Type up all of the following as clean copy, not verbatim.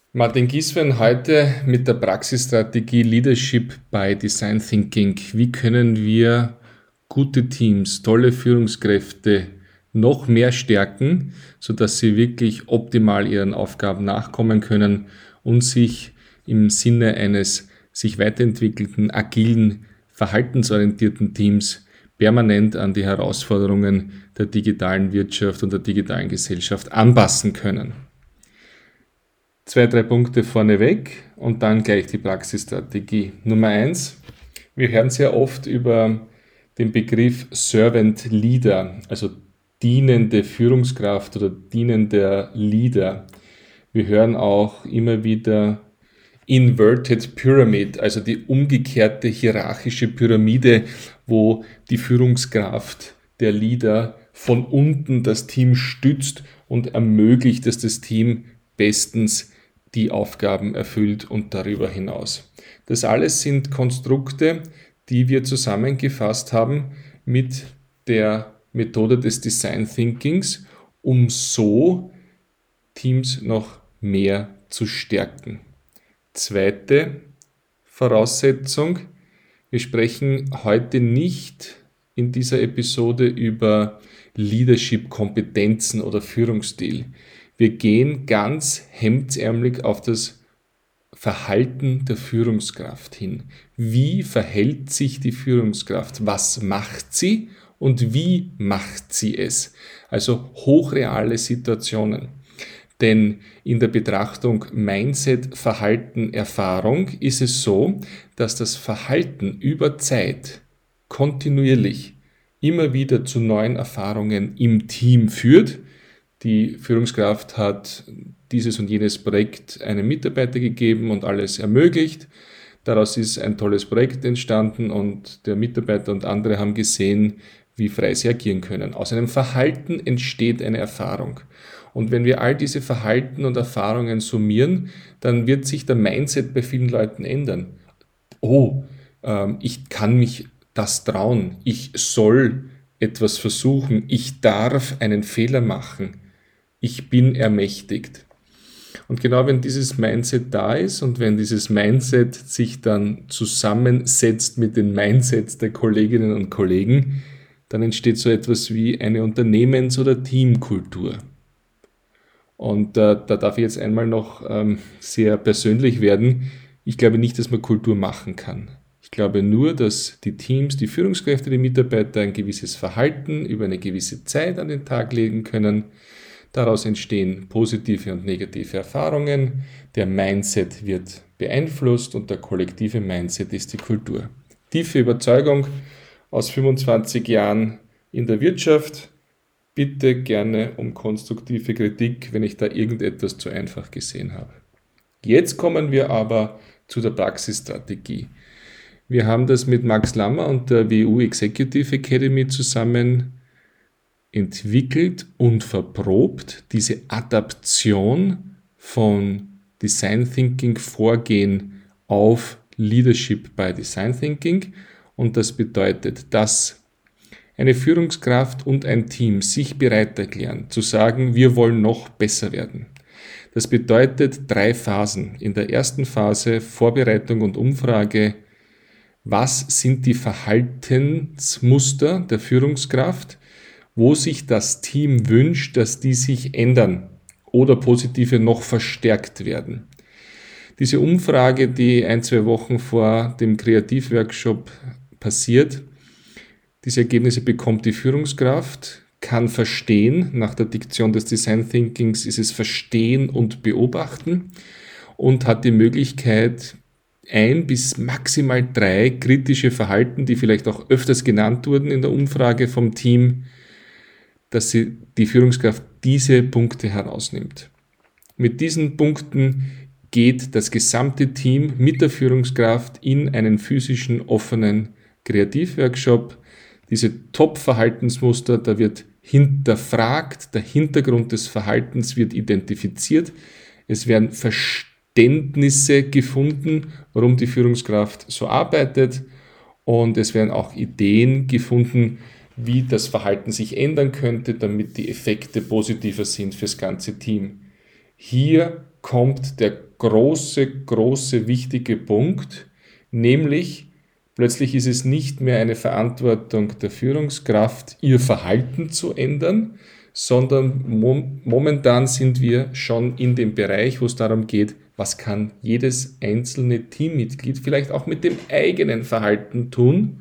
Martin Gieswein heute mit der Praxisstrategie Leadership by Design Thinking. Wie können wir gute Teams, tolle Führungskräfte noch mehr stärken, sodass sie wirklich optimal ihren Aufgaben nachkommen können und sich im Sinne eines sich weiterentwickelten, agilen, verhaltensorientierten Teams permanent an die Herausforderungen der digitalen Wirtschaft und der digitalen Gesellschaft anpassen können. 2, 3 Punkte vorneweg und dann gleich die Praxisstrategie. Nummer 1, wir hören sehr oft über den Begriff Servant Leader, also dienende Führungskraft oder dienender Leader. Wir hören auch immer wieder Inverted Pyramid, also die umgekehrte hierarchische Pyramide, wo die Führungskraft, der Leader, von unten das Team stützt und ermöglicht, dass das Team bestens die Aufgaben erfüllt und darüber hinaus. Das alles sind Konstrukte, die wir zusammengefasst haben mit der Methode des Design Thinkings, um so Teams noch mehr zu stärken. Zweite Voraussetzung, wir sprechen heute nicht in dieser Episode über Leadership-Kompetenzen oder Führungsstil. Wir gehen ganz hemdsärmelig auf das Verhalten der Führungskraft hin. Wie verhält sich die Führungskraft? Was macht sie und wie macht sie es? Also hochreale Situationen. Denn in der Betrachtung Mindset, Verhalten, Erfahrung ist es so, dass das Verhalten über Zeit kontinuierlich immer wieder zu neuen Erfahrungen im Team führt. Die Führungskraft hat dieses und jenes Projekt einem Mitarbeiter gegeben und alles ermöglicht. Daraus ist ein tolles Projekt entstanden und der Mitarbeiter und andere haben gesehen, wie frei sie agieren können. Aus einem Verhalten entsteht eine Erfahrung. Und wenn wir all diese Verhalten und Erfahrungen summieren, dann wird sich der Mindset bei vielen Leuten ändern. Oh, ich kann mich das trauen. Ich soll etwas versuchen. Ich darf einen Fehler machen. Ich bin ermächtigt. Und genau wenn dieses Mindset da ist und wenn dieses Mindset sich dann zusammensetzt mit den Mindsets der Kolleginnen und Kollegen, dann entsteht so etwas wie eine Unternehmens- oder Teamkultur. Und da darf ich jetzt einmal noch sehr persönlich werden. Ich glaube nicht, dass man Kultur machen kann. Ich glaube nur, dass die Teams, die Führungskräfte, die Mitarbeiter ein gewisses Verhalten über eine gewisse Zeit an den Tag legen können. Daraus entstehen positive und negative Erfahrungen. Der Mindset wird beeinflusst und der kollektive Mindset ist die Kultur. Tiefe Überzeugung aus 25 Jahren in der Wirtschaft. Bitte gerne um konstruktive Kritik, wenn ich da irgendetwas zu einfach gesehen habe. Jetzt kommen wir aber zu der Praxisstrategie. Wir haben das mit Max Lammer und der WU Executive Academy zusammen entwickelt und verprobt, diese Adaption von Design Thinking Vorgehen auf Leadership by Design Thinking. Und das bedeutet, dass eine Führungskraft und ein Team sich bereit erklären, zu sagen, wir wollen noch besser werden. Das bedeutet 3 Phasen. In der ersten Phase Vorbereitung und Umfrage. Was sind die Verhaltensmuster der Führungskraft, wo sich das Team wünscht, dass die sich ändern oder positive noch verstärkt werden? Diese Umfrage, die 1, 2 Wochen vor dem Kreativworkshop passiert, diese Ergebnisse bekommt die Führungskraft, kann verstehen, nach der Diktion des Design Thinkings ist es verstehen und beobachten und hat die Möglichkeit, 1 bis maximal 3 kritische Verhalten, die vielleicht auch öfters genannt wurden in der Umfrage vom Team, dass sie die Führungskraft diese Punkte herausnimmt. Mit diesen Punkten geht das gesamte Team mit der Führungskraft in einen physischen, offenen Kreativworkshop. Diese Top-Verhaltensmuster, da wird hinterfragt, der Hintergrund des Verhaltens wird identifiziert. Es werden Verständnisse gefunden, warum die Führungskraft so arbeitet. Und es werden auch Ideen gefunden, wie das Verhalten sich ändern könnte, damit die Effekte positiver sind fürs ganze Team. Hier kommt der große, wichtige Punkt, nämlich plötzlich ist es nicht mehr eine Verantwortung der Führungskraft, ihr Verhalten zu ändern, sondern momentan sind wir schon in dem Bereich, wo es darum geht, was kann jedes einzelne Teammitglied vielleicht auch mit dem eigenen Verhalten tun,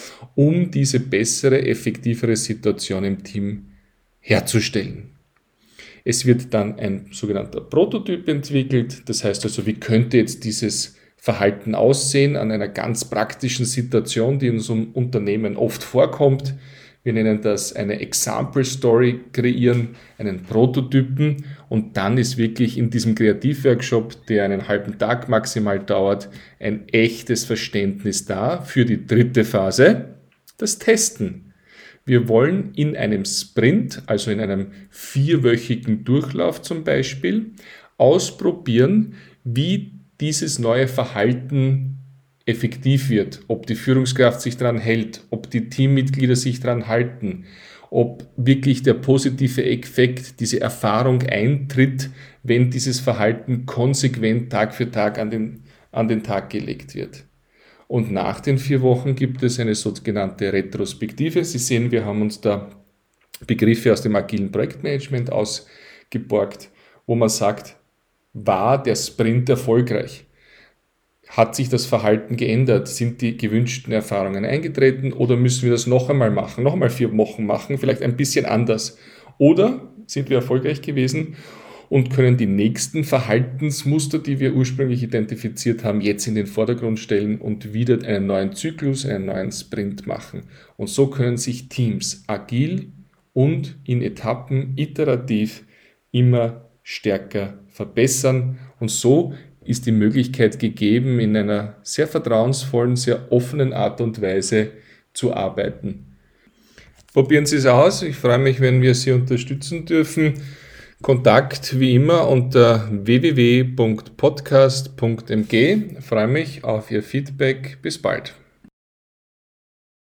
um diese bessere, effektivere Situation im Team herzustellen. Es wird dann ein sogenannter Prototyp entwickelt, das heißt also, wie könnte jetzt dieses Verhalten aussehen an einer ganz praktischen Situation, die in unserem Unternehmen oft vorkommt. Wir nennen das eine Example Story kreieren, einen Prototypen, und dann ist wirklich in diesem Kreativworkshop, der einen halben Tag maximal dauert, ein echtes Verständnis da für die dritte Phase, das Testen. Wir wollen in einem Sprint, also in einem 4-wöchigen Durchlauf zum Beispiel, ausprobieren, wie dieses neue Verhalten effektiv wird, ob die Führungskraft sich daran hält, ob die Teammitglieder sich daran halten, ob wirklich der positive Effekt, diese Erfahrung eintritt, wenn dieses Verhalten konsequent Tag für Tag an den Tag gelegt wird. Und nach den 4 Wochen gibt es eine sogenannte Retrospektive. Sie sehen, wir haben uns da Begriffe aus dem agilen Projektmanagement ausgeborgt, wo man sagt, war der Sprint erfolgreich? Hat sich das Verhalten geändert? Sind die gewünschten Erfahrungen eingetreten oder müssen wir das noch einmal machen, noch einmal 4 Wochen machen, vielleicht ein bisschen anders? Oder sind wir erfolgreich gewesen und können die nächsten Verhaltensmuster, die wir ursprünglich identifiziert haben, jetzt in den Vordergrund stellen und wieder einen neuen Zyklus, einen neuen Sprint machen? Und so können sich Teams agil und in Etappen iterativ immer stärker verbessern, und so ist die Möglichkeit gegeben, in einer sehr vertrauensvollen, sehr offenen Art und Weise zu arbeiten. Probieren Sie es aus. Ich freue mich, wenn wir Sie unterstützen dürfen. Kontakt wie immer unter www.podcast.mg. Ich freue mich auf Ihr Feedback. Bis bald.